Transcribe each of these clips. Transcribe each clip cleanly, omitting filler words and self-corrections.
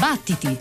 Battiti!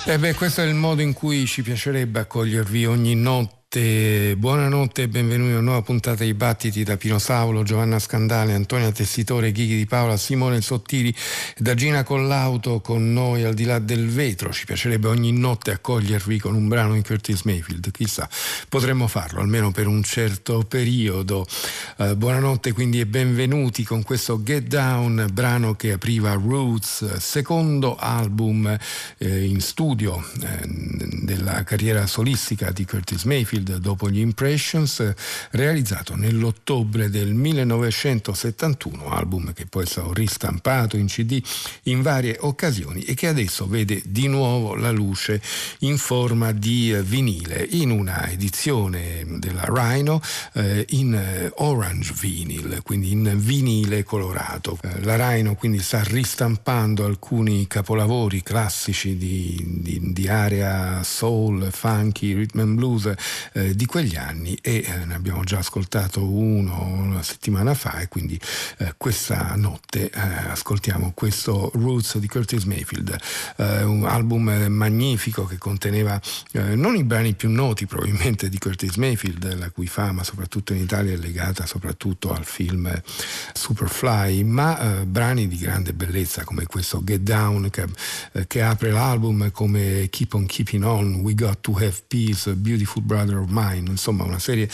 E beh, questo è il modo in cui ci piacerebbe accogliervi ogni notte. Buonanotte e benvenuti a una nuova puntata di Battiti da Pino Saulo, Giovanna Scandale, Antonia Tessitore, Ghighi Di Paola, Simone Sottili e da Gina Collauto con noi al di là del vetro. Ci piacerebbe ogni notte accogliervi con un brano di Curtis Mayfield, chissà, potremmo farlo almeno per un certo periodo. Buonanotte quindi e benvenuti con questo Get Down, brano che apriva Roots, secondo album in studio della carriera solistica di Curtis Mayfield dopo gli Impressions, realizzato nell'ottobre del 1971, album che poi è stato ristampato in CD in varie occasioni e che adesso vede di nuovo la luce in forma di vinile in una edizione della Rhino in orange vinyl, quindi in vinile colorato. La Rhino quindi sta ristampando alcuni capolavori classici di area soul, funky, rhythm and blues di quegli anni e ne abbiamo già ascoltato uno una settimana fa e quindi questa notte ascoltiamo questo Roots di Curtis Mayfield, un album magnifico che conteneva non i brani più noti probabilmente di Curtis Mayfield, la cui fama soprattutto in Italia è legata soprattutto al film Superfly, ma brani di grande bellezza come questo Get Down che apre l'album, come Keep on Keeping On, We Got to Have Peace, Beautiful Brother of Mine, insomma una serie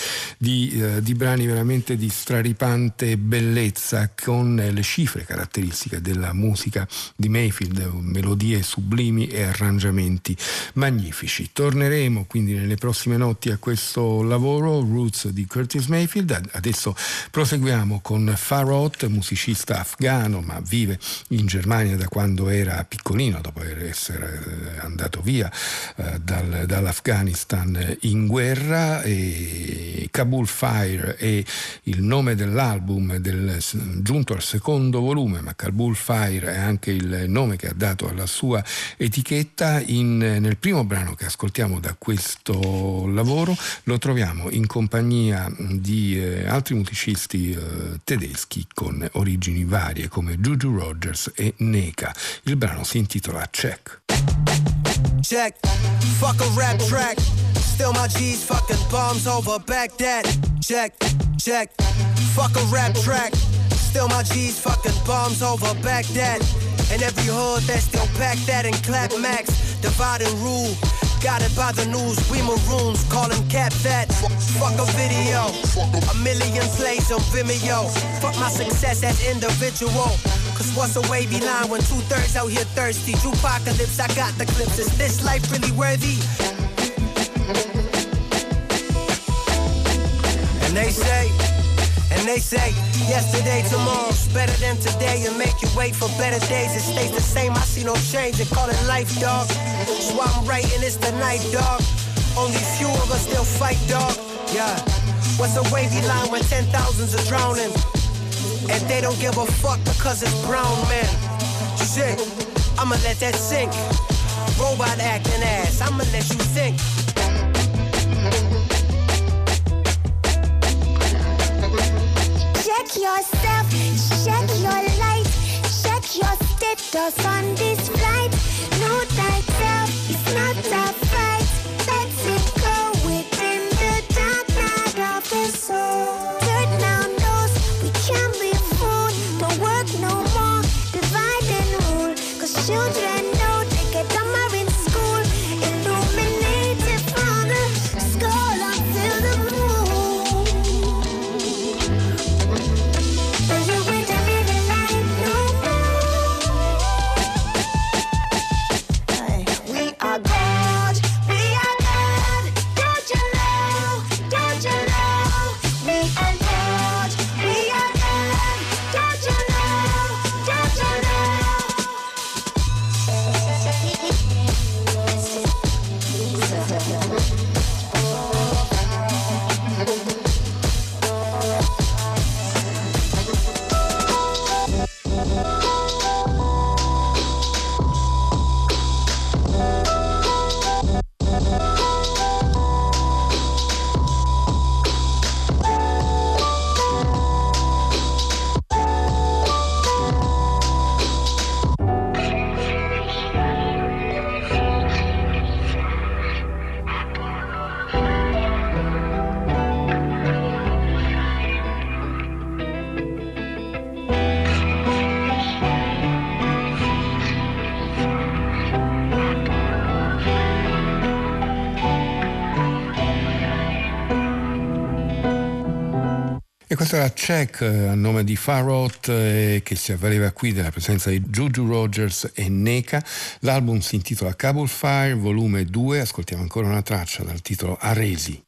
di brani veramente di straripante bellezza con le cifre caratteristiche della musica di Mayfield, melodie sublimi e arrangiamenti magnifici. Torneremo quindi nelle prossime notti a questo lavoro Roots di Curtis Mayfield. Adesso proseguiamo con Farhot, musicista afghano ma vive in Germania da quando era piccolino, dopo essere andato via dall'Afghanistan in guerra. E Kabul Fire è il nome dell'album giunto al secondo volume, ma Kabul Fire è anche il nome che ha dato alla sua etichetta. Nel primo brano che ascoltiamo da questo lavoro lo troviamo in compagnia di altri musicisti tedeschi con origini varie come Juju Rogers e Neka. Il brano si intitola Check. Check, fuck a rap track. Still my G's fucking bombs over Baghdad. Check, check, fuck a rap track. Still my G's fucking bombs over Baghdad. And every hood that still pack that and clap max. Divide and rule, got it by the news. We maroons, call him cap that. Fuck a video, a million plays on Vimeo. Fuck my success as individual. Cause what's a wavy line when 2/3 out here thirsty? Drupacalypse, I got the clips. Is this life really worthy? And they say, yesterday, tomorrow's better than today. And make you wait for better days. It stays the same, I see no change. They call it life, dog. So I'm writing, it's the night, dog. Only few of us still fight, dog. Yeah. What's a wavy line when 10,000s are drowning? And they don't give a fuck because it's brown, man. Shit, I'ma let that sink. Robot acting ass, I'ma let you think. Check yourself, check your light, check your status on this flight. No thyself, it's not a fight. Let's it go within the dark night of the soul. Turn down those, we can't be fooled. Don't work no more, divide and rule. Cause children know they get dumber in school. Illuminated from the skull until the moon. There's a way to live a life no more. E questa era Check a nome di Far Out, che si avvaleva qui della presenza di Juju Rogers e Neka. L'album si intitola Cable Fire volume 2, ascoltiamo ancora una traccia dal titolo Aresi.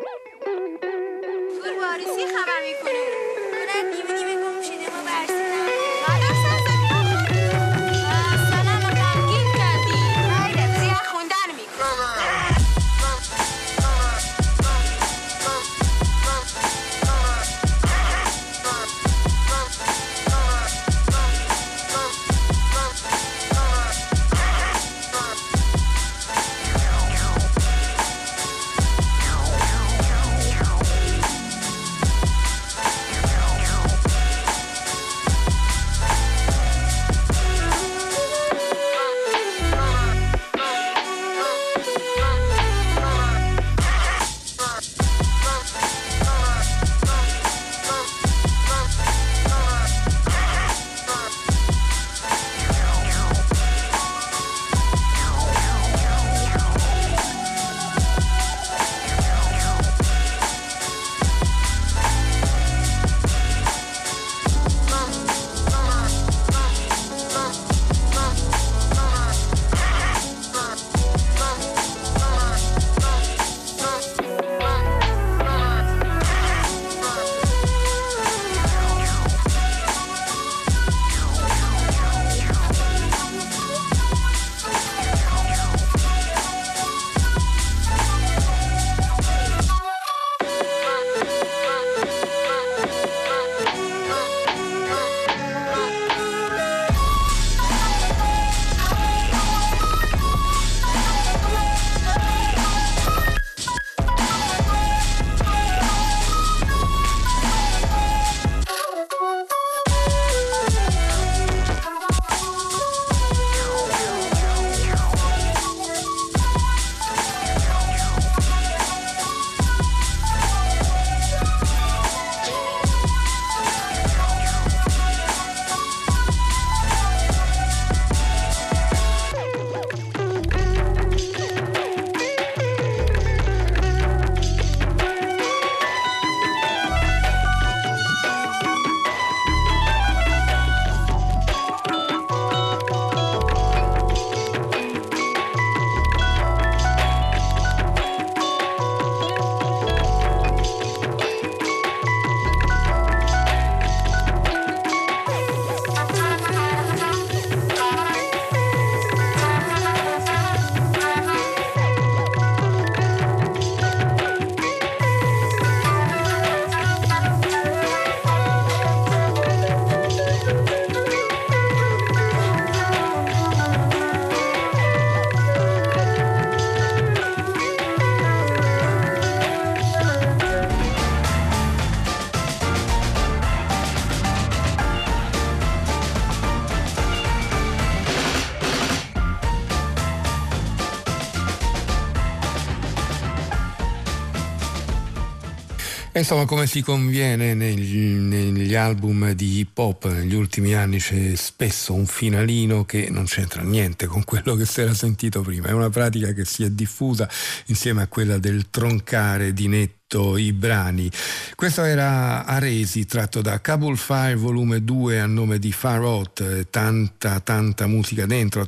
Insomma, come si conviene negli album di hip hop negli ultimi anni c'è spesso un finalino che non c'entra niente con quello che si era sentito prima. È una pratica che si è diffusa insieme a quella del troncare di netto i brani. Questo era Aresi, tratto da Cable Fire volume 2 a nome di Far Out. Tanta musica dentro,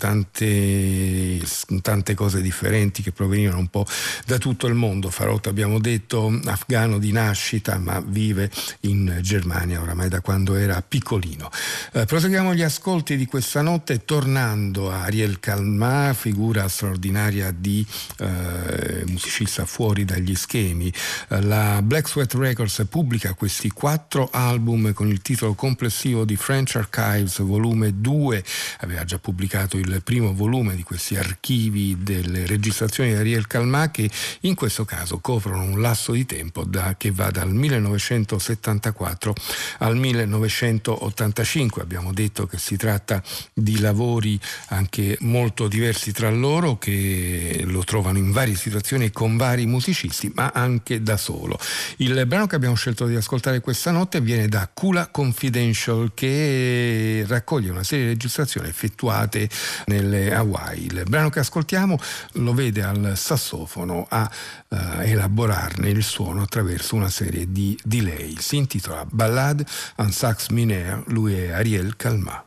tante cose differenti che provenivano un po' da tutto il mondo. Far Out, abbiamo detto, afgano di nascita, ma vive in Germania oramai da quando era piccolino. Proseguiamo gli ascolti di questa notte tornando a Ariel Kalmah, figura straordinaria di musicista fuori dagli schemi. La Black Sweat Records pubblica questi 4 album con il titolo complessivo di French Archives volume 2. Aveva già pubblicato il primo volume di questi archivi delle registrazioni di Ariel Kalmah, che in questo caso coprono un lasso di tempo che va dal 1974 al 1985. Abbiamo detto che si tratta di lavori anche molto diversi tra loro, che lo trovano in varie situazioni con vari musicisti, ma anche da solo. Il brano che abbiamo scelto di ascoltare questa notte viene da Kula Confidential, che raccoglie una serie di registrazioni effettuate nelle Hawaii. Il brano che ascoltiamo lo vede al sassofono a elaborarne il suono attraverso una serie di delay. Si intitola Ballade en sax mineur, lui è Ariel Calmat.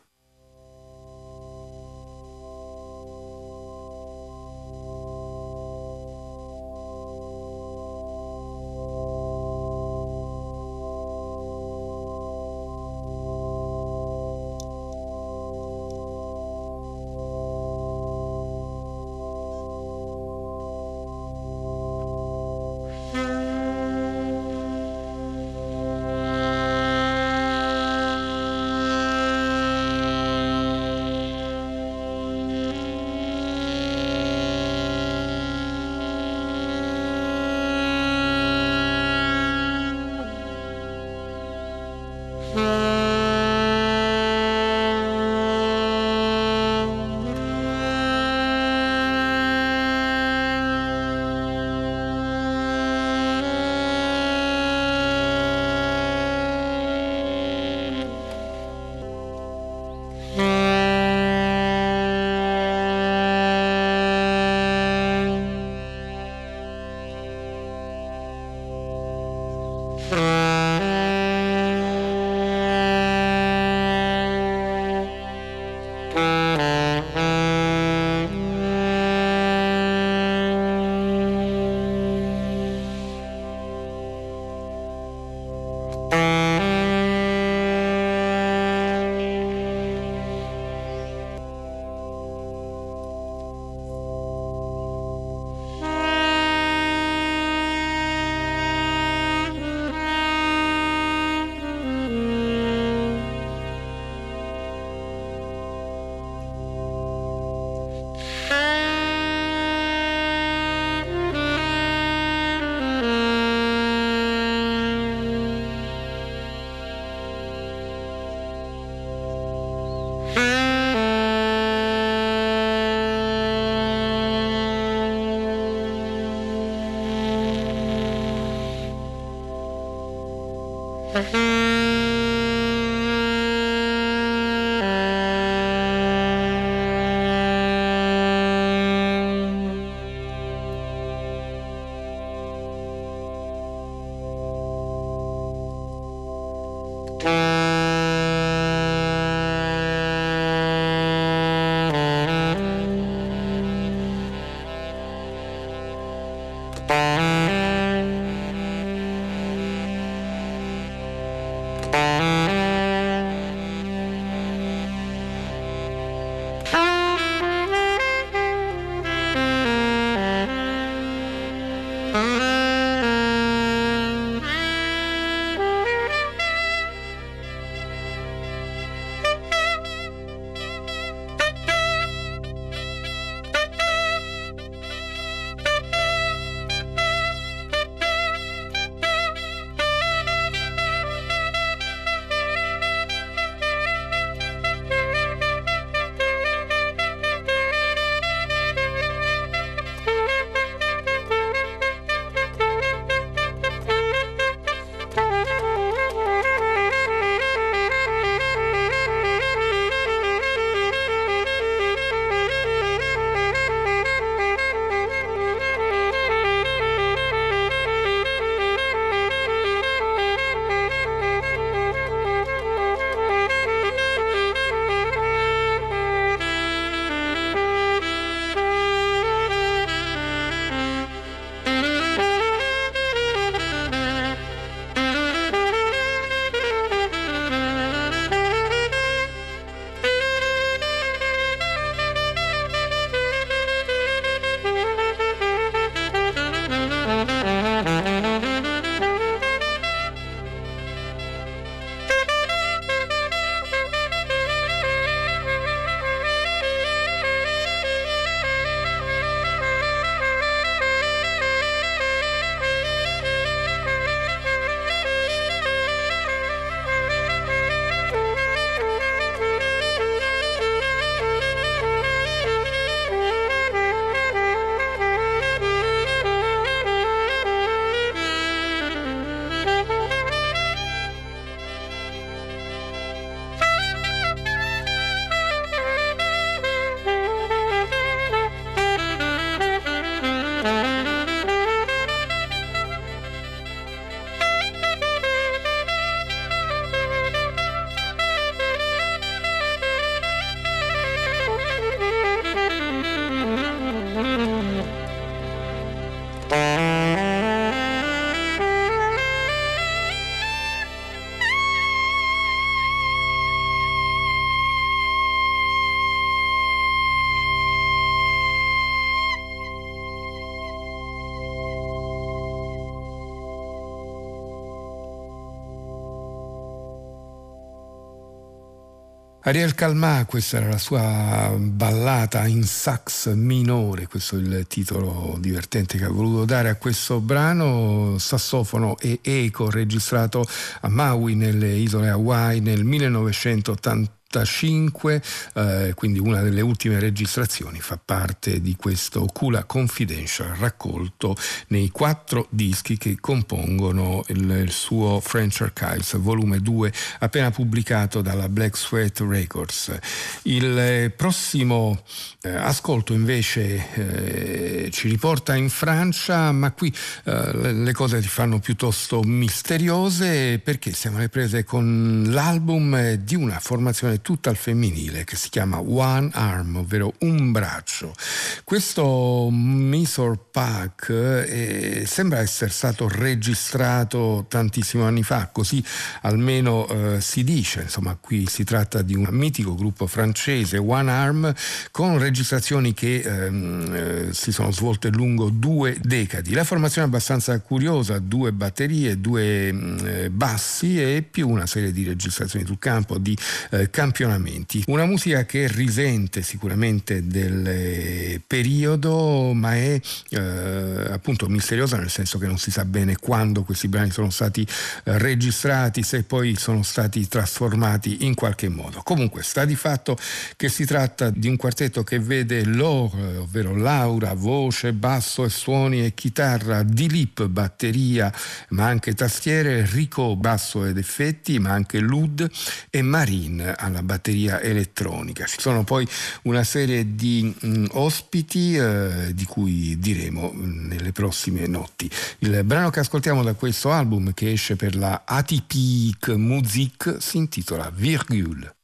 Ariel Calmat, questa era la sua ballata in sax minore, questo è il titolo divertente che ha voluto dare a questo brano. Sassofono e eco, registrato a Maui nelle isole Hawaii nel 1985. Quindi una delle ultime registrazioni, fa parte di questo Kula Confidential raccolto nei 4 dischi che compongono il suo French Archives volume 2 appena pubblicato dalla Black Sweat Records. Il prossimo ascolto invece ci riporta in Francia, ma qui le cose si fanno piuttosto misteriose, perché siamo alle prese con l'album di una formazione tutta al femminile che si chiama One Arm, ovvero un braccio. Questo Mysore Pak sembra essere stato registrato tantissimi anni fa, così almeno si dice. Insomma, qui si tratta di un mitico gruppo francese, One Arm, con registrazioni che si sono svolte lungo 2 decadi. La formazione è abbastanza curiosa: 2 batterie, 2 bassi e più una serie di registrazioni sul campo, di campionamenti. Una musica che risente sicuramente del periodo, ma è appunto misteriosa, nel senso che non si sa bene quando questi brani sono stati registrati, se poi sono stati trasformati in qualche modo. Comunque sta di fatto che si tratta di un quartetto che vede Laure, ovvero Laura, voce, basso e suoni e chitarra, Dilip, batteria ma anche tastiere, Rico, basso ed effetti, ma anche Lud, e Marine alla batteria elettronica. Ci sono poi una serie di ospiti di cui diremo nelle prossime notti. Il brano che ascoltiamo da questo album, che esce per la Atypique Musique, si intitola Virgule.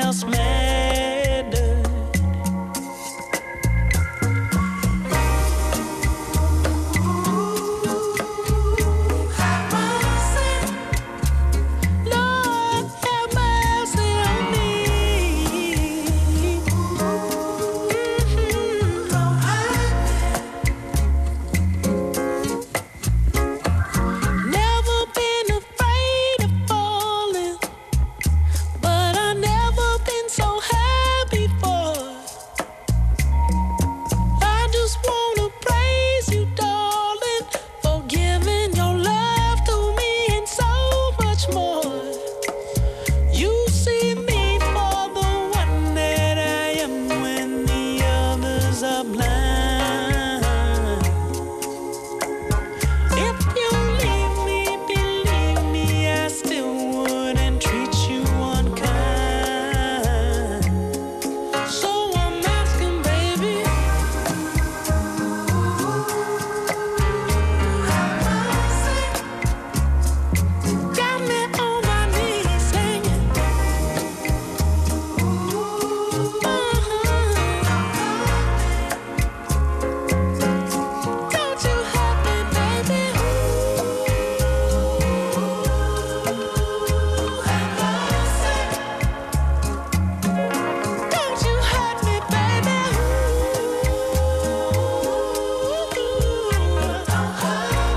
else mattered. Lord, have mercy on me. Don't hurt me. Never been afraid of falling, but I never been so high before. I just wanna praise you, darling, for giving your love to me and so much more. You see me for the one that I am when the others are blind. If you leave me, believe me, I still wouldn't treat you unkind. So I'm asking, baby, got me on my knees singing. Don't you hurt me, baby. Don't you hurt me, baby. Don't hurt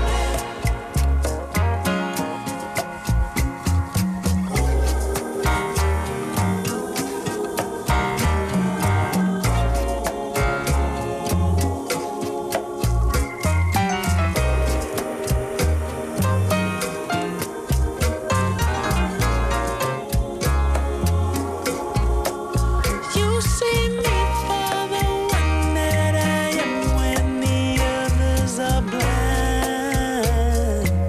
You see me for the one that I am when the others are blind.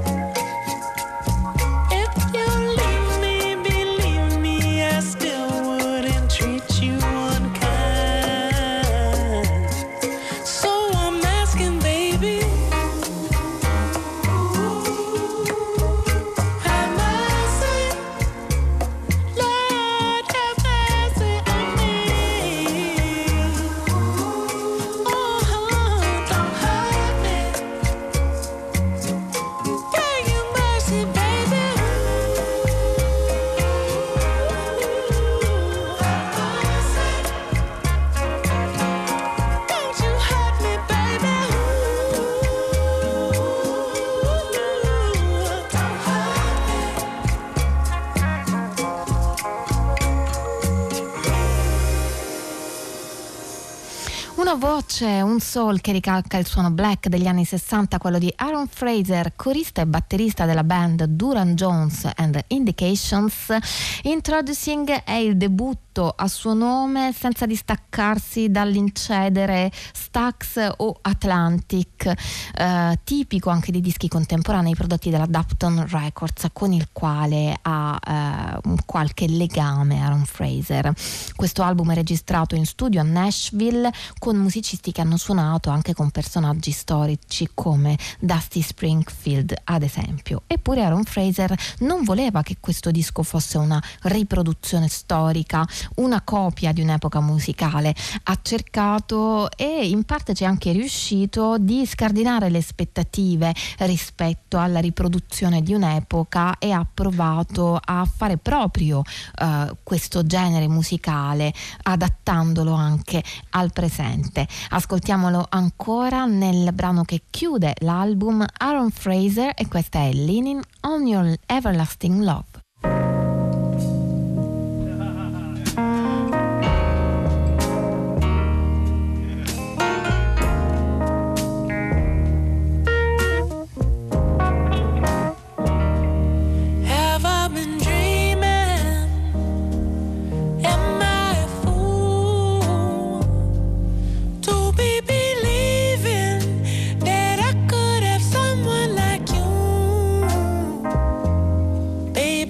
If you leave me, believe me, I still wouldn't treat you unkind. So I'm asking, baby, have mercy, Lord, have mercy on me. Oh, don't hurt me. Bring you mercy, baby. Don't you hurt me, baby. Don't hurt Una voce, un soul che ricalca il suono black degli anni 60, quello di Aaron Fraser, corista e batterista della band Duran Jones and the Indications. Introducing è il debutto a suo nome senza distaccarsi dall'incedere Stax o Atlantic, tipico anche di dischi contemporanei prodotti dalla Dapton Records, con il quale ha qualche legame Aaron Fraser. Questo album è registrato in studio a Nashville con musicisti che hanno suonato anche con personaggi storici come Dusty Springfield, ad esempio. Eppure Aaron Fraser non voleva che questo disco fosse una riproduzione storica, una copia di un'epoca musicale. Ha cercato, e in parte ci è anche riuscito, di scardinare le aspettative rispetto alla riproduzione di un'epoca e ha provato a fare proprio questo genere musicale, adattandolo anche al presente. Ascoltiamolo ancora nel brano che chiude l'album, Aaron Fraser, e questa è Leaning on Your Everlasting Love. Have I been dreaming? Am I a fool to be believing that I could have someone like you? Baby,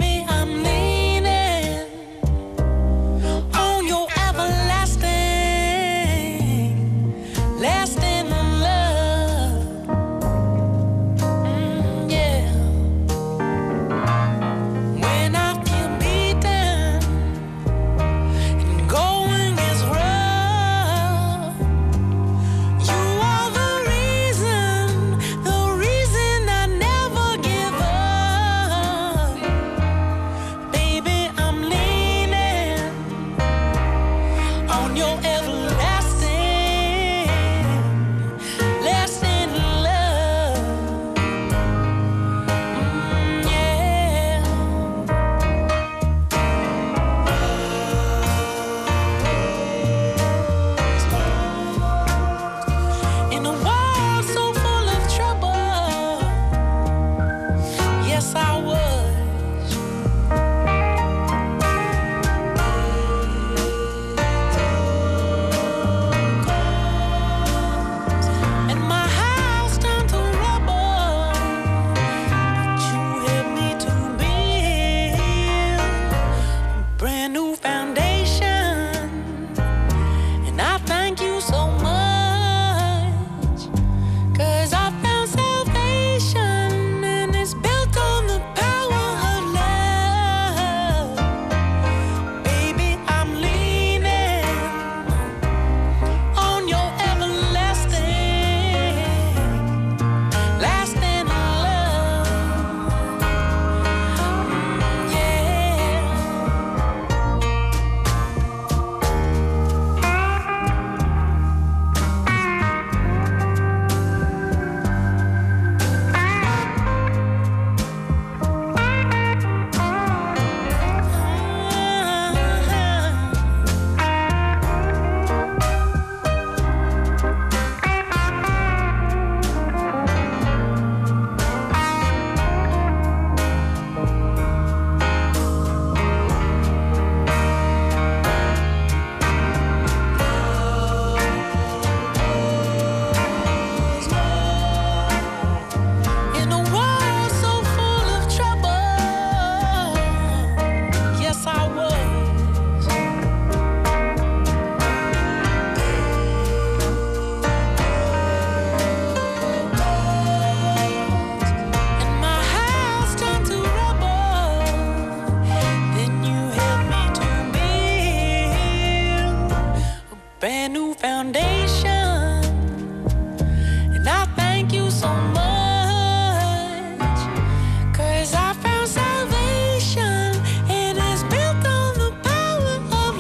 brand new foundation, and I thank you so much, 'cause I found salvation and it's built on the power of love. Baby, I'm leaning on your everlasting, lasting love. Yeah. In a world so full of trouble, yes I was. And my house turned to rubble, then you helped me to build a brand new foundation. And I thank you so much, 'cause I found salvation and it's built on the power of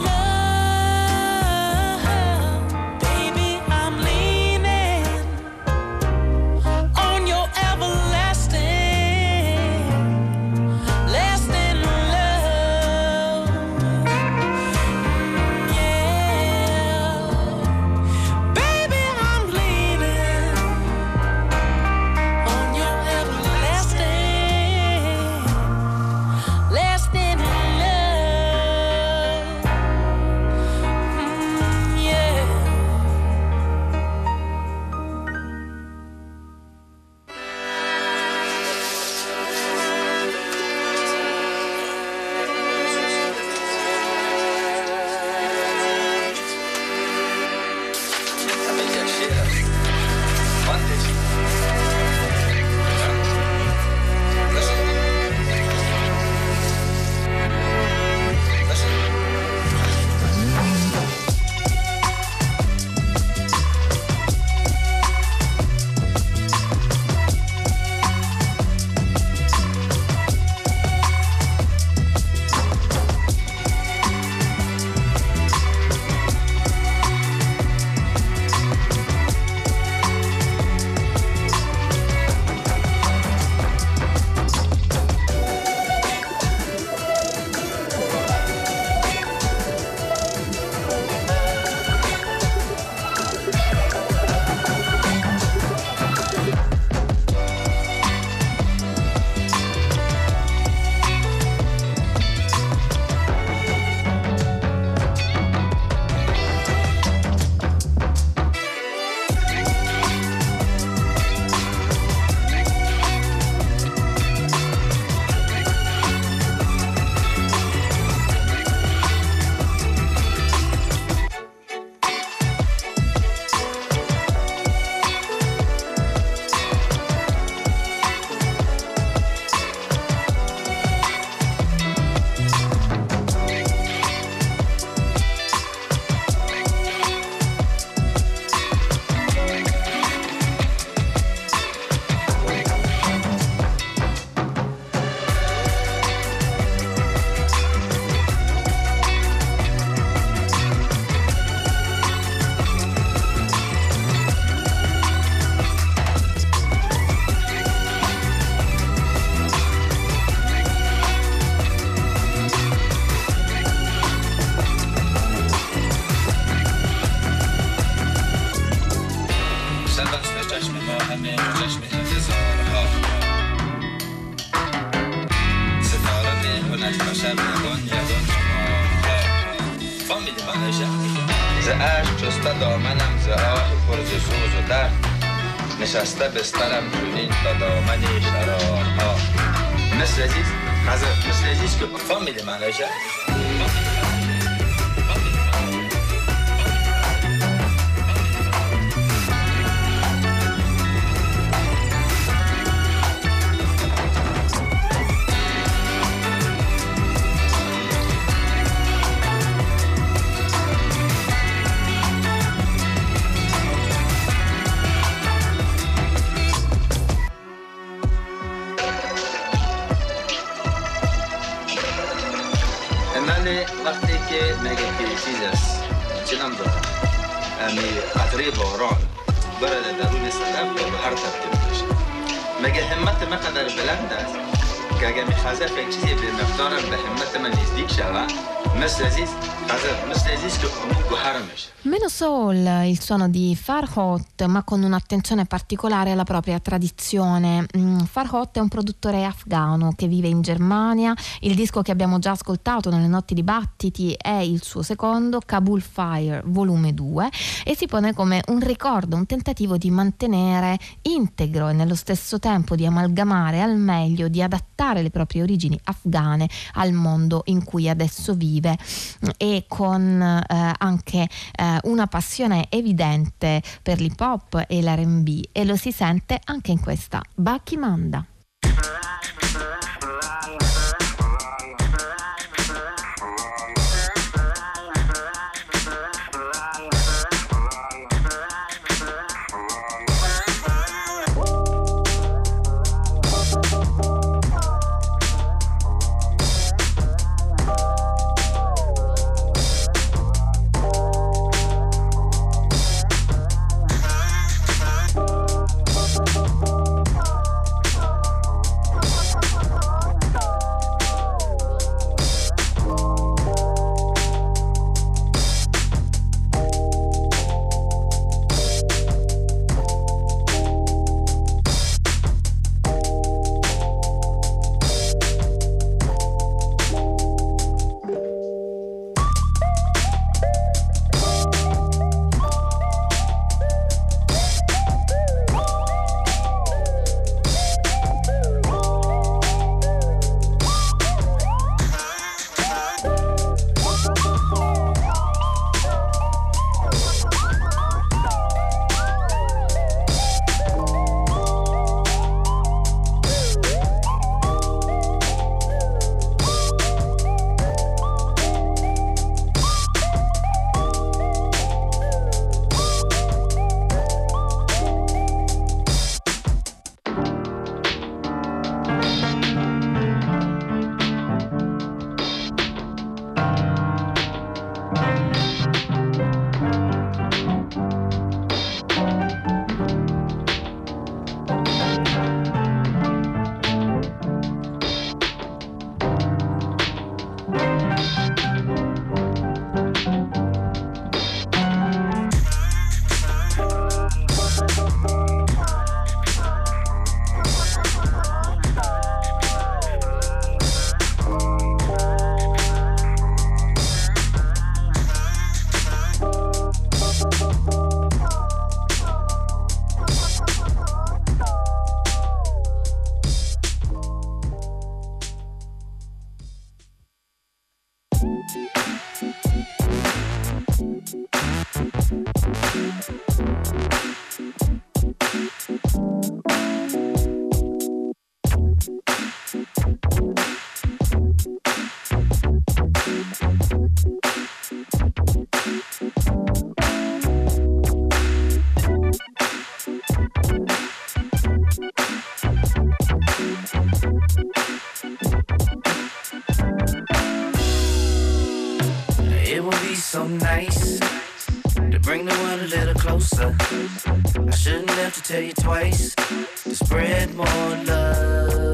love. Baby, I'm leaning on your everlasting, lasting love. Yeah. Baby, I'm leaning on your everlasting, lasting love. Yeah. عشق جسته دامنم ز آه پر ز سوز و درد نشسته بسترم چونین تا دامن شرارها مثل عزیز که فامیلی منشه ولی وقتی که مگه چیز است چی نام داره قطره باران برد درون صدف به هر تبدیل میشه مگه همت مقدر بلند است che اگه میخوازه یک چیزی به مقدارم به همت من نزدیک شوه مثل عزیز che Meno Soul, il suono di Farhot, ma con un'attenzione particolare alla propria tradizione. Farhot è un produttore afghano che vive in Germania. Il disco che abbiamo già ascoltato nelle notti dibattiti è il suo secondo, Kabul Fire volume 2, e si pone come un ricordo, un tentativo di mantenere integro e nello stesso tempo di amalgamare al meglio, di adattare le proprie origini afghane al mondo in cui adesso vive, e con anche una passione evidente per l'hip hop e l'R&B, e lo si sente anche in questa Baki Manda. So nice to bring the world a little closer. I shouldn't have to tell you twice to spread more love.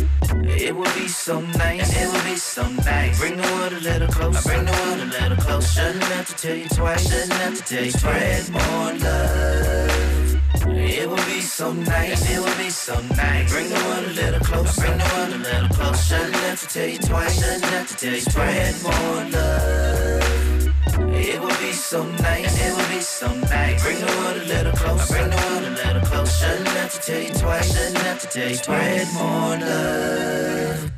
It would be so nice, it would be so nice. Bring the world a little closer, bring the world a little closer. Shouldn't have to tell you twice, shouldn't have to tell you twice. Spread more love. It would be so nice, it would be so nice. Bring the world a little closer, bring the world a little closer. Shouldn't have to tell you twice, shouldn't have to tell you twice. Spread more love. It would be so nice, it would be so nice. Bring the world a little closer, bring the world a little closer. Shouldn't have to tell you twice, shouldn't have to tell you twice. Spread more love.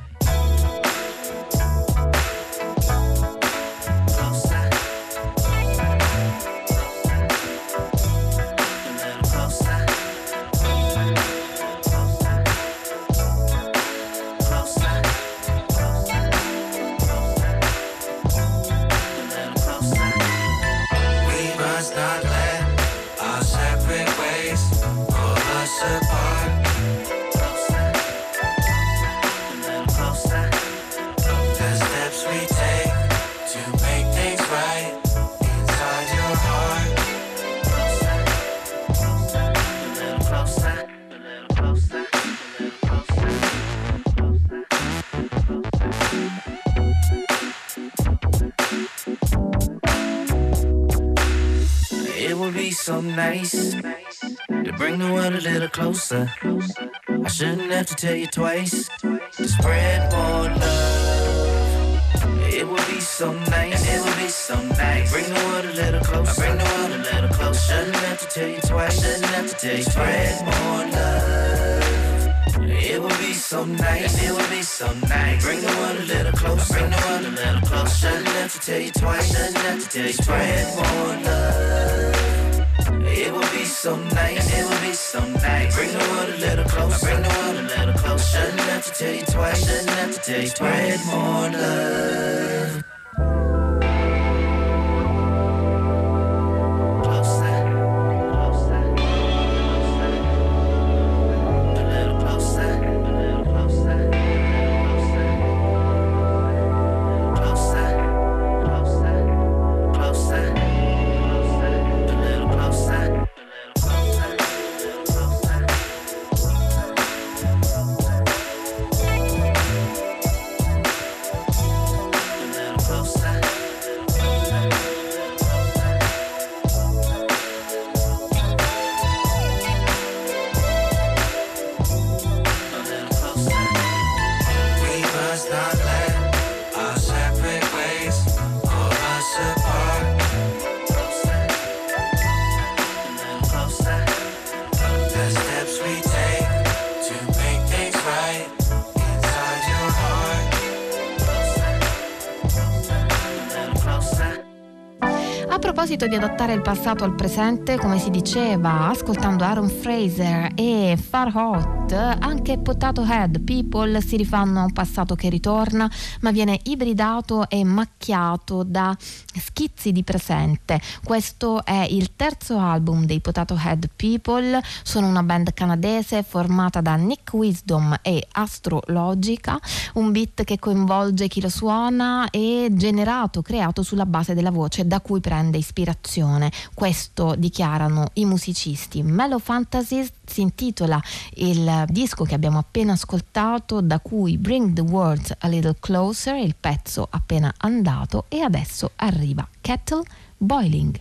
The steps we take It would be so nice to bring the world a little closer. I shouldn't have to tell you twice to spread more love. It would be so nice. It would be so nice. Bring the world a little closer. Bring the world a little closer. Shouldn't have to tell you twice. Shouldn't have to tell you spread more love. It would be so nice. It would be so nice. Bring the world a little closer. Bring the world a little closer. Shouldn't have to tell you twice. Shouldn't have to tell you spread more love. It would be so nice. It would be so nice. Bring the world a little closer. Bring the world a little closer. Shouldn't have to tell you twice. Shouldn't have to tell you spread more love. A proposito di adattare il passato al presente, come si diceva ascoltando Aaron Fraser e Far Hot, anche Potato Head People si rifanno a un passato che ritorna, ma viene ibridato e macchiato da schizzi di presente. Questo è il terzo album dei Potato Head People. Sono una band canadese formata da Nick Wisdom e Astrologica, un beat che coinvolge chi lo suona e creato sulla base della voce da cui prende ispirazione. Questo dichiarano i musicisti. Mellow Fantasies si intitola il disco che abbiamo appena ascoltato, da cui Bring the Words a Little Closer, il pezzo appena andato, e adesso arriva Kettle Boiling.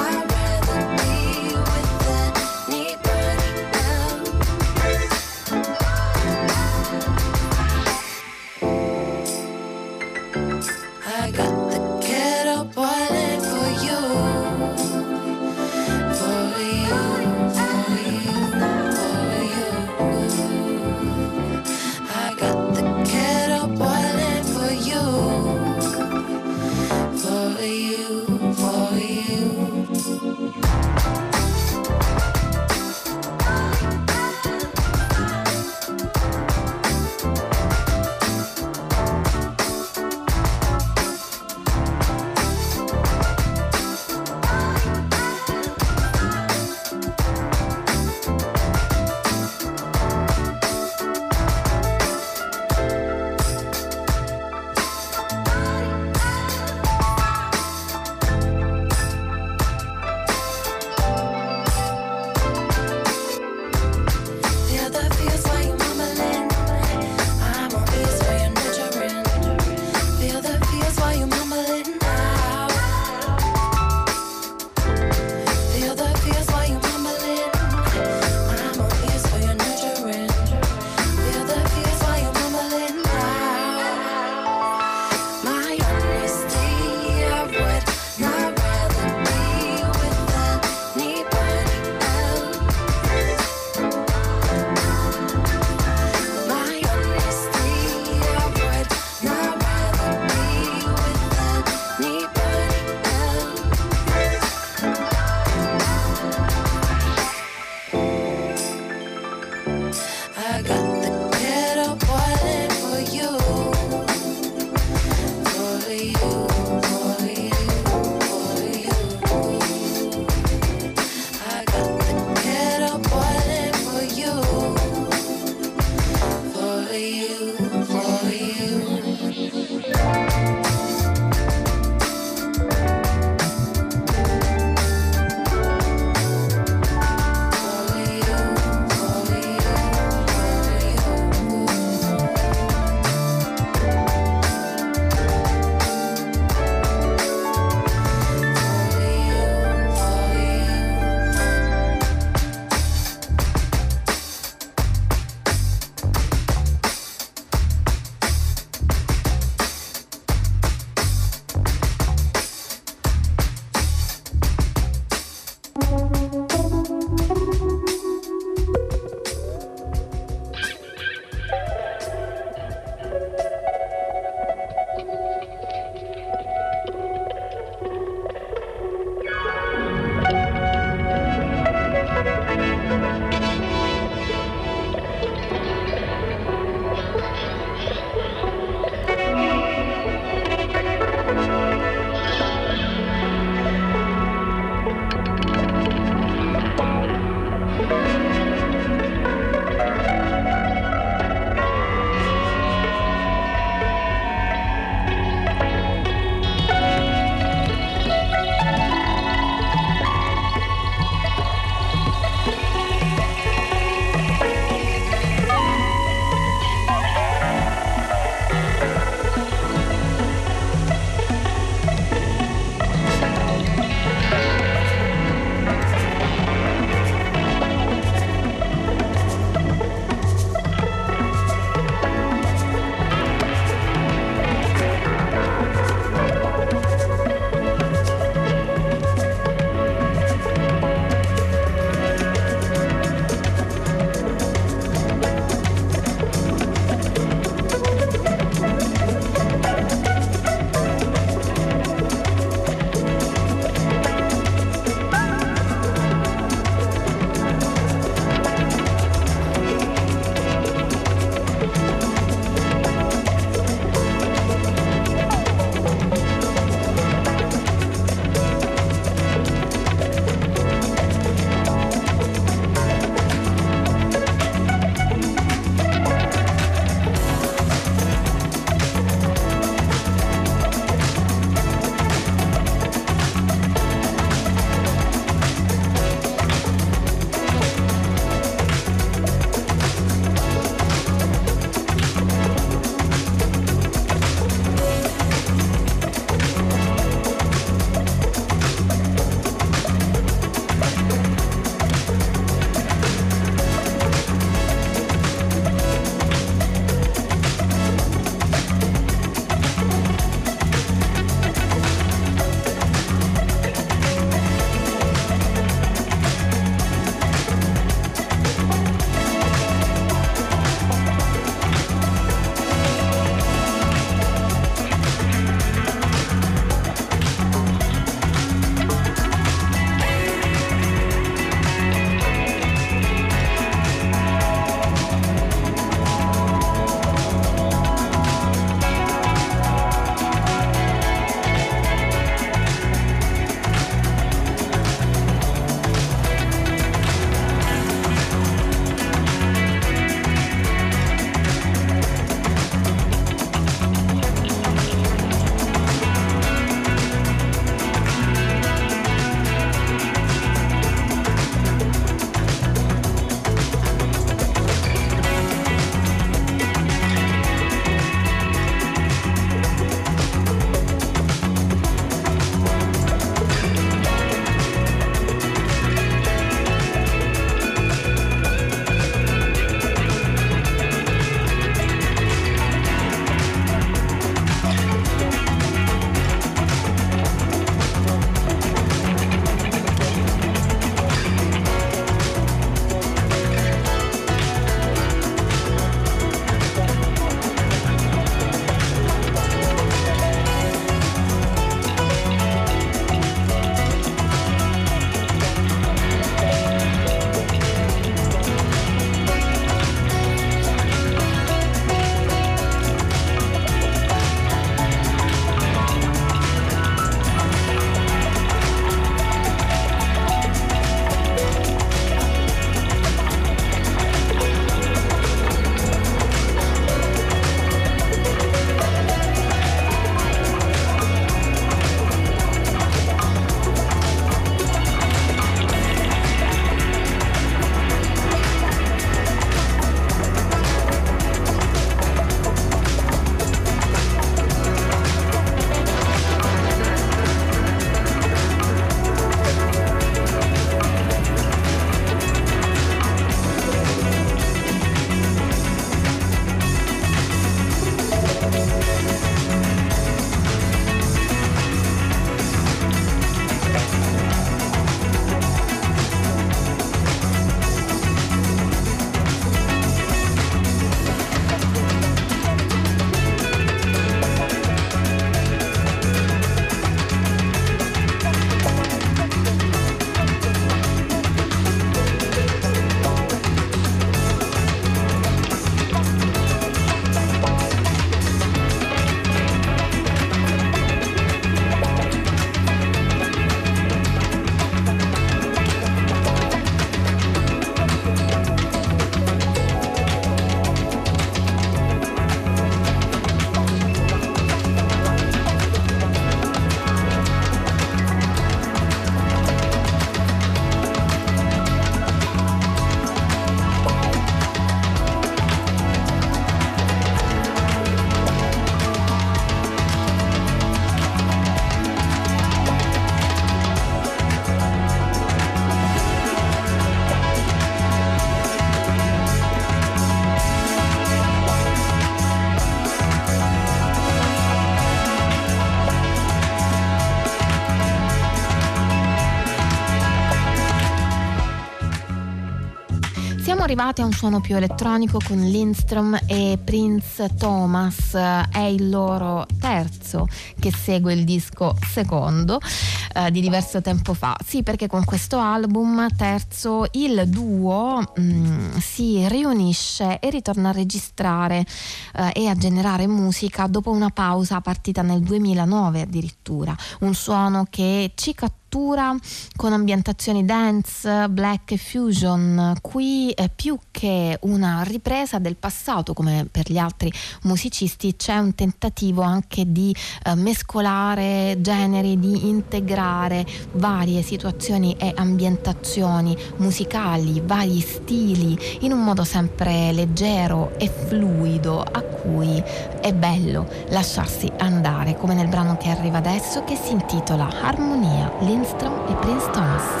Siamo arrivati a un suono più elettronico con Lindstrom e Prince Thomas, è il loro terzo che segue il disco secondo di diverso tempo fa. Sì, perché con questo album terzo il duo si riunisce e ritorna a registrare e a generare musica dopo una pausa partita nel 2009 addirittura, un suono che ci cattura con ambientazioni dance, black e fusion. Qui più che una ripresa del passato come per gli altri musicisti c'è un tentativo anche di mescolare generi, di integrare varie situazioni e ambientazioni musicali, vari stili in un modo sempre leggero e fluido a cui è bello lasciarsi andare, come nel brano che arriva adesso che si intitola Armonia, Lindstrom e Prince Thomas.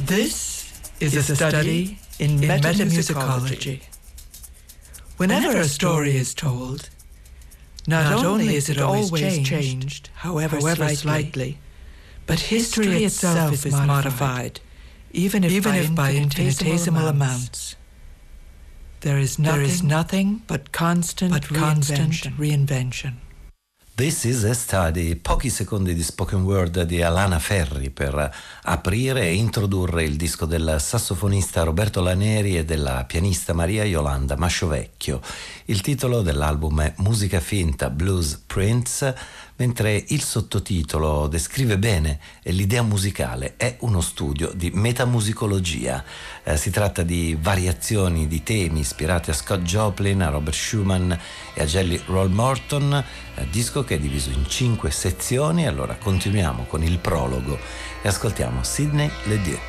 This is a study in metamusicology. Whenever a story is told, not only is it always changed, however slightly, but history itself is modified, even if by infinitesimal amounts. There is nothing but constant reinvention. This is a Study, pochi secondi di spoken word di Alana Ferri per aprire e introdurre il disco del sassofonista Roberto Laneri e della pianista Maria Yolanda Masciovecchio. Il titolo dell'album è Musica finta Blues Prints, mentre il sottotitolo descrive bene l'idea musicale, è uno studio di metamusicologia. Si tratta di variazioni di temi ispirati a Scott Joplin, a Robert Schumann e a Jelly Roll Morton, disco che è diviso in 5 sezioni. Allora continuiamo con il prologo e ascoltiamo Sidney Ledieu.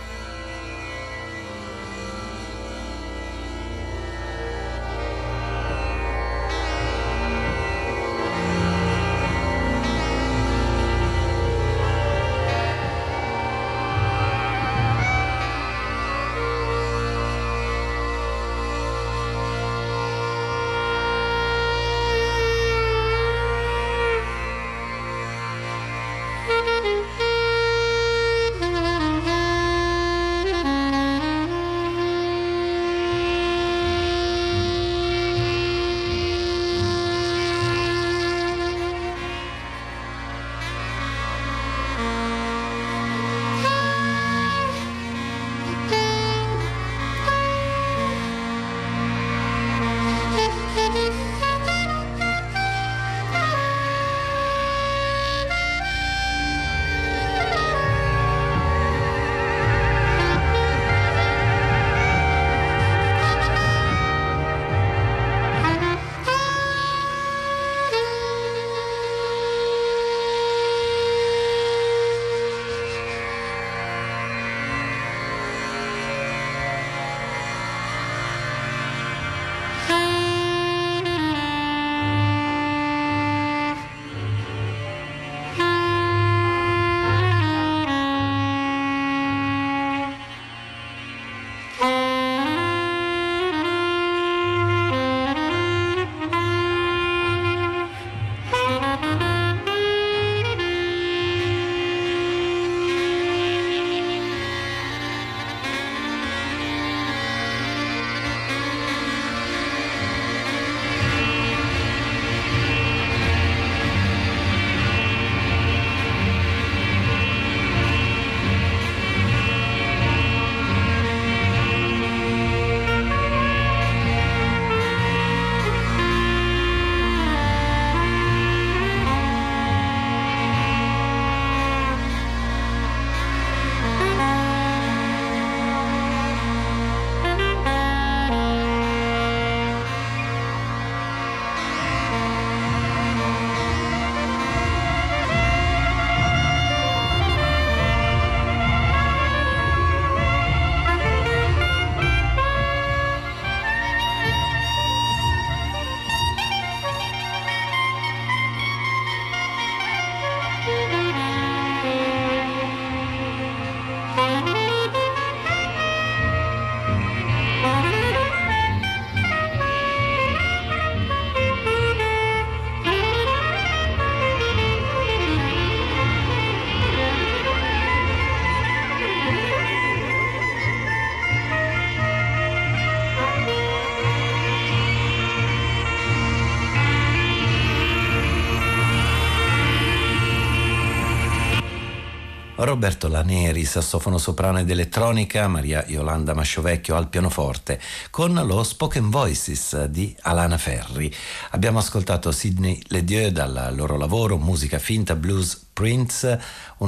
Roberto Laneri, sassofono soprano ed elettronica, Maria Yolanda Masciovecchio al pianoforte, con lo Spoken Voices di Alana Ferri. Abbiamo ascoltato Sidney Ledieu dal loro lavoro Musica finta Blues Prints,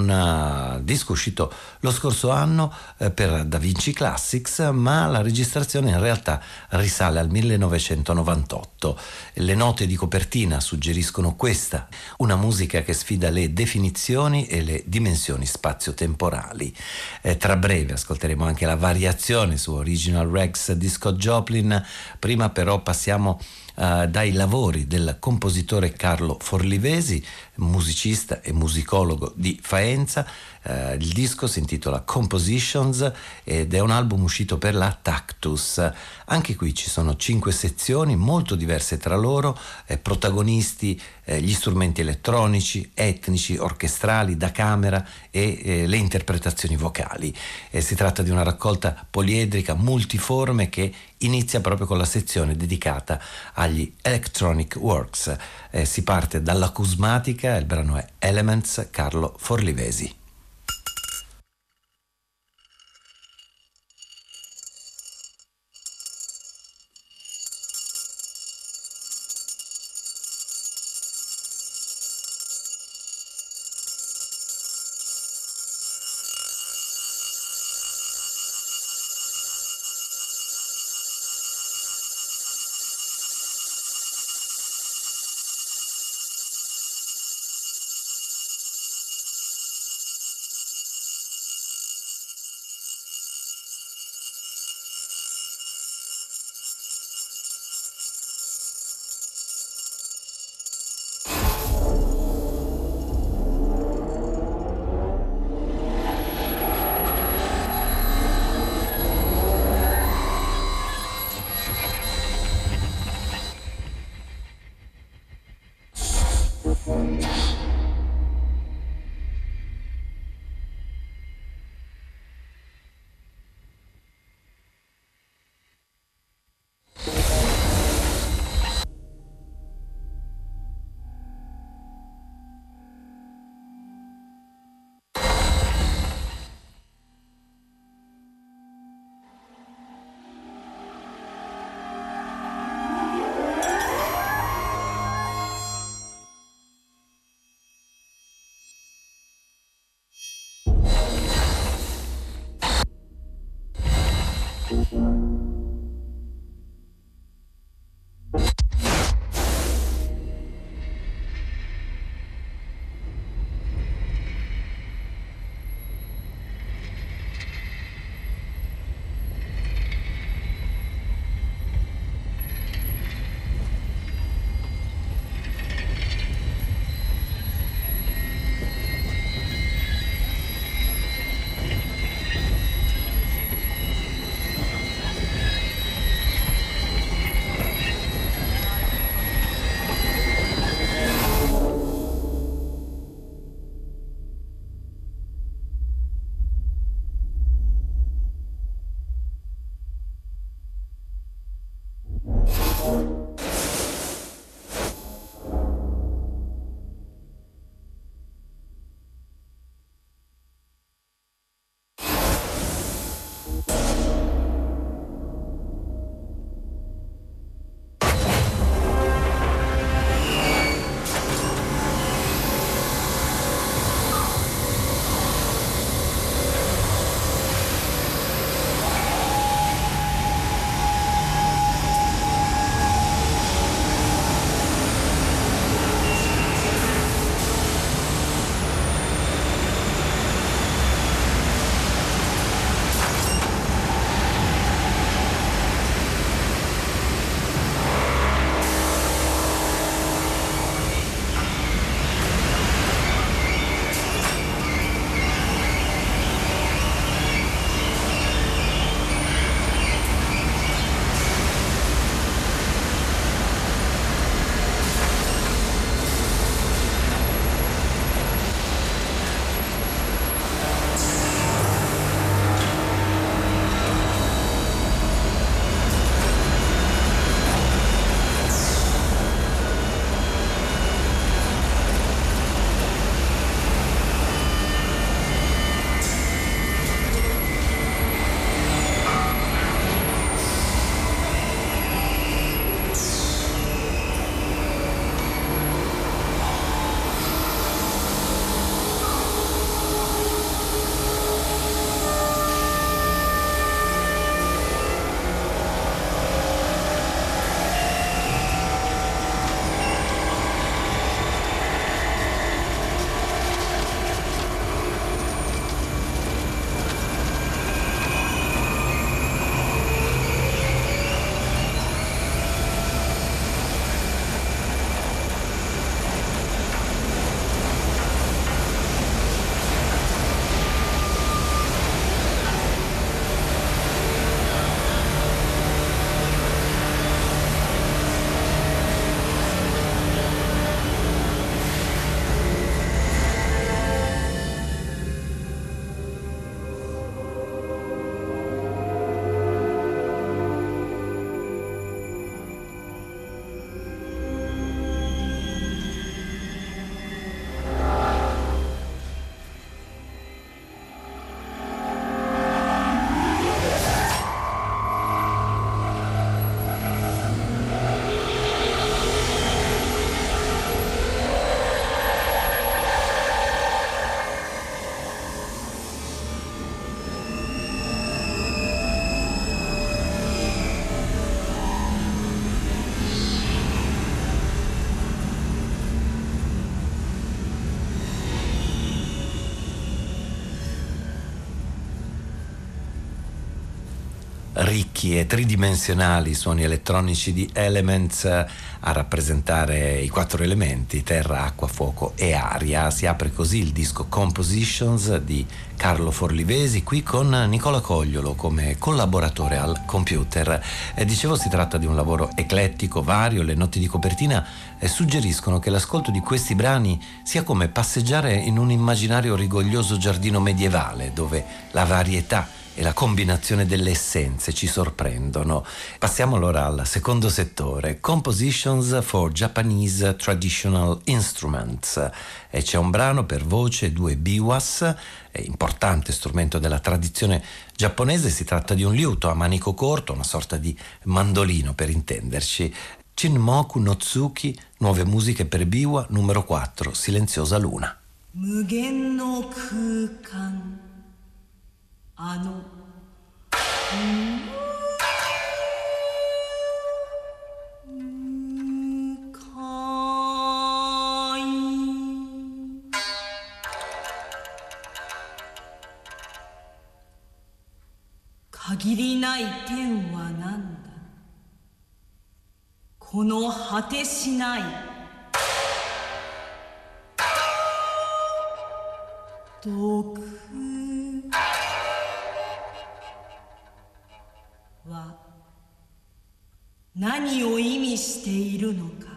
un disco uscito lo scorso anno per Da Vinci Classics, ma la registrazione in realtà risale al 1998. Le note di copertina suggeriscono questa, una musica che sfida le definizioni e le dimensioni spazio-temporali. Tra breve ascolteremo anche la variazione su Original Regs di Scott Joplin, prima però passiamo dai lavori del compositore Carlo Forlivesi, musicista e musicologo di Faenza. Il disco si intitola Compositions ed è un album uscito per la Tactus. Anche qui ci sono 5 sezioni molto diverse tra loro, protagonisti gli strumenti elettronici, etnici, orchestrali, da camera e le interpretazioni vocali. Si tratta di una raccolta poliedrica multiforme che inizia proprio con la sezione dedicata agli electronic works. Si parte dall'acusmatica, il brano è Elements, Carlo Forlivesi. ricchi e tridimensionali suoni elettronici di Elements a rappresentare i 4 elementi: terra, acqua, fuoco e aria. Si apre così il disco Compositions di Carlo Forlivesi, qui con Nicola Cogliolo come collaboratore al computer. Dicevo, si tratta di un lavoro eclettico, vario. Le note di copertina suggeriscono che l'ascolto di questi brani sia come passeggiare in un immaginario rigoglioso giardino medievale, dove la varietà e la combinazione delle essenze ci sorprendono. Passiamo allora al secondo settore, Compositions for Japanese Traditional Instruments. E c'è un brano per voce e 2 biwas, importante strumento della tradizione giapponese. Si tratta di un liuto a manico corto, una sorta di mandolino per intenderci. Chinmoku no Tsuki, nuove musiche per biwa, numero 4, Silenziosa Luna. Mugen no kukan,限りない天はなんだ、この果てしない毒は何を意味しているのか、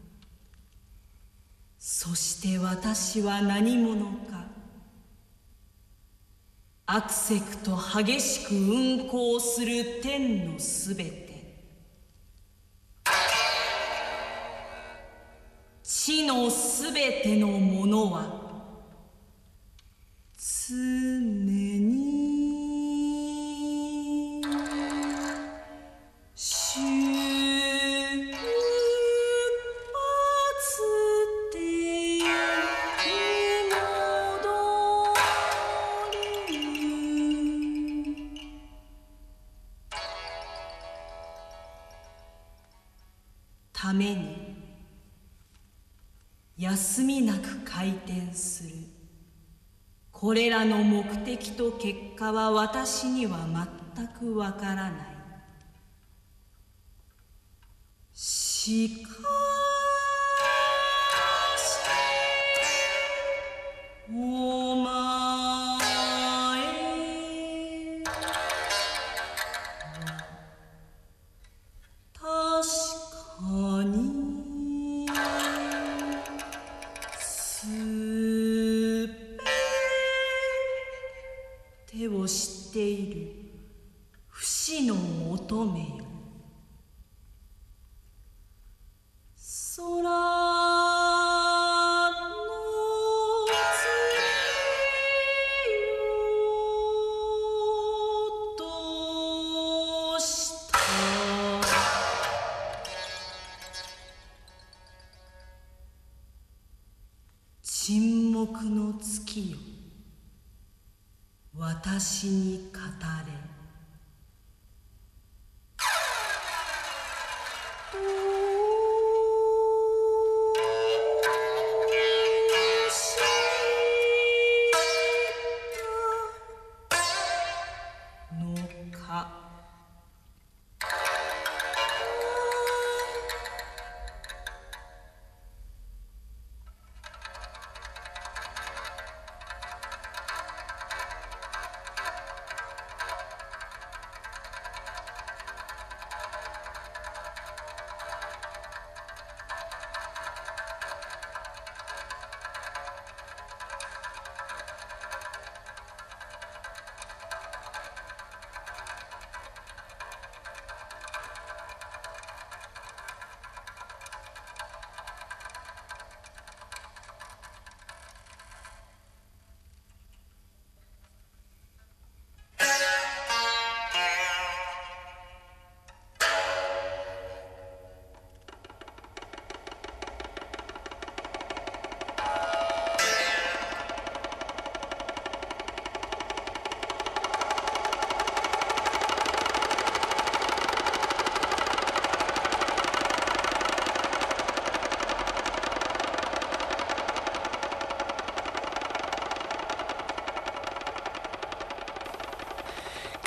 そして私は何者か。アクセクと激しく運行する天のすべて、地のすべてのものは常に出発で行き戻り、ために休みなく回転する。これらの目的と結果は私には全くわからない。しかしお前は確かにすべてを知っている不死の乙女よ。空の月とした沈黙の月よ、私に語れ。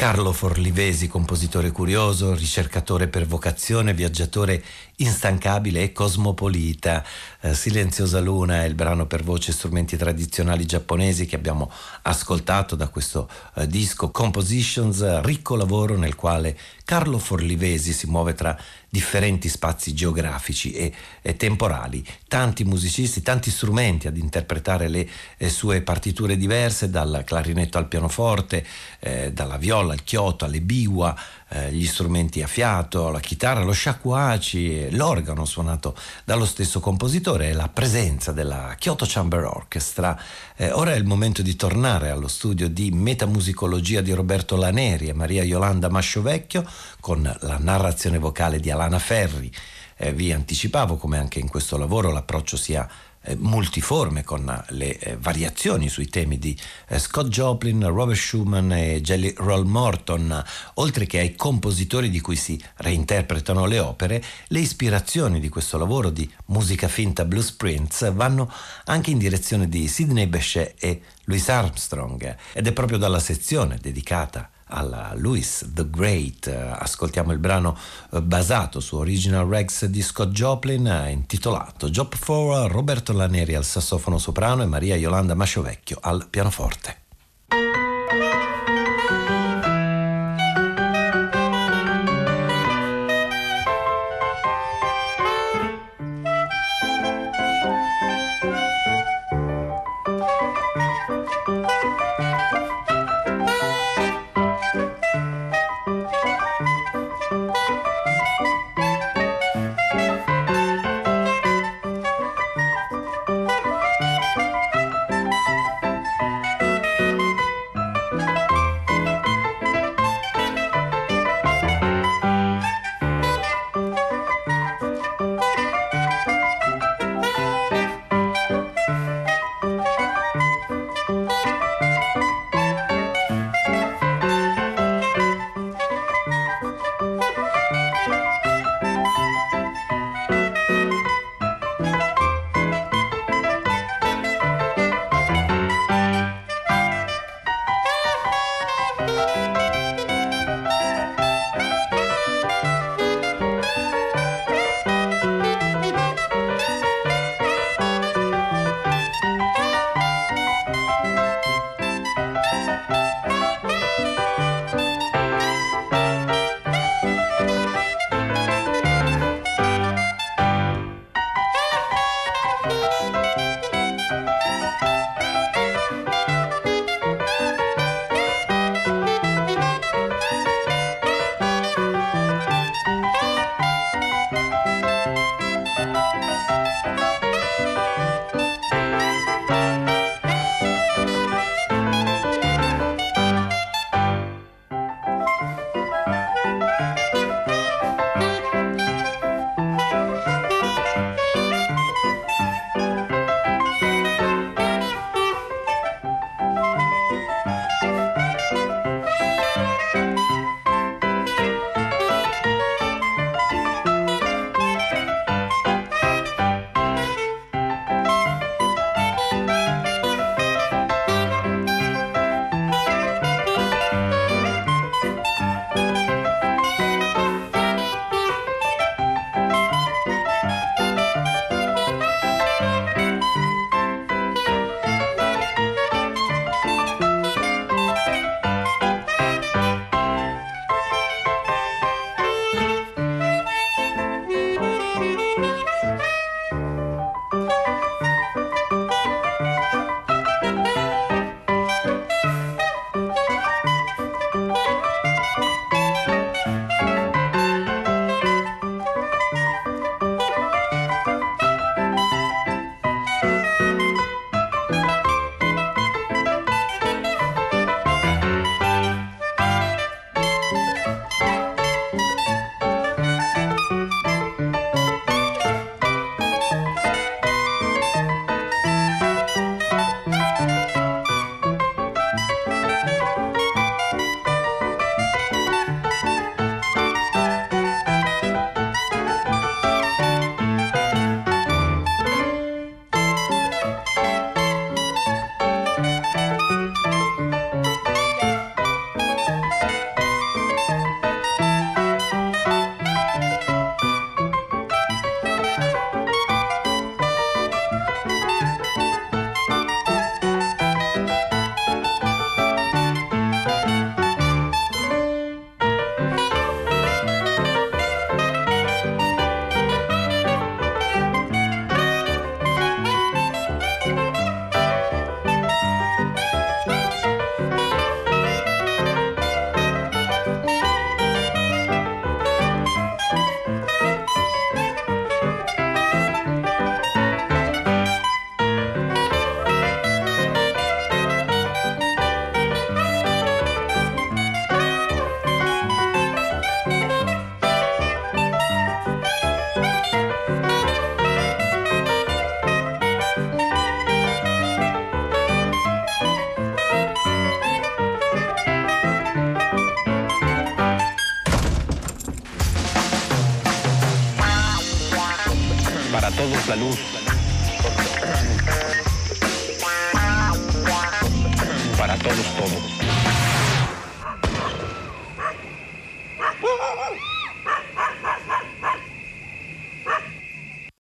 Carlo Forlivesi, compositore curioso, ricercatore per vocazione, viaggiatore instancabile e cosmopolita. Silenziosa Luna è il brano per voce e strumenti tradizionali giapponesi che abbiamo ascoltato da questo disco Compositions, ricco lavoro nel quale Carlo Forlivesi si muove tra differenti spazi geografici e temporali, tanti musicisti, tanti strumenti ad interpretare le sue partiture diverse, dal clarinetto al pianoforte, dalla viola al chioto alle biwa, gli strumenti a fiato, la chitarra, lo shakuhachi, l'organo suonato dallo stesso compositore e la presenza della Kyoto Chamber Orchestra. Ora è il momento di tornare allo studio di metamusicologia di Roberto Laneri e Maria Yolanda Masciovecchio con la narrazione vocale di Alana Ferri. Vi anticipavo come anche in questo lavoro l'approccio sia multiforme, con le variazioni sui temi di Scott Joplin, Robert Schumann e Jelly Roll Morton, oltre che ai compositori di cui si reinterpretano le opere. Le ispirazioni di questo lavoro di musica finta Blues Prince vanno anche in direzione di Sidney Bechet e Louis Armstrong, ed è proprio dalla sezione dedicata alla Louis the Great ascoltiamo il brano basato su Original Regs di Scott Joplin, intitolato Job 4, Roberto Laneri al sassofono soprano e Maria Yolanda Masciovecchio al pianoforte. Para todos la luz. Para todos todo.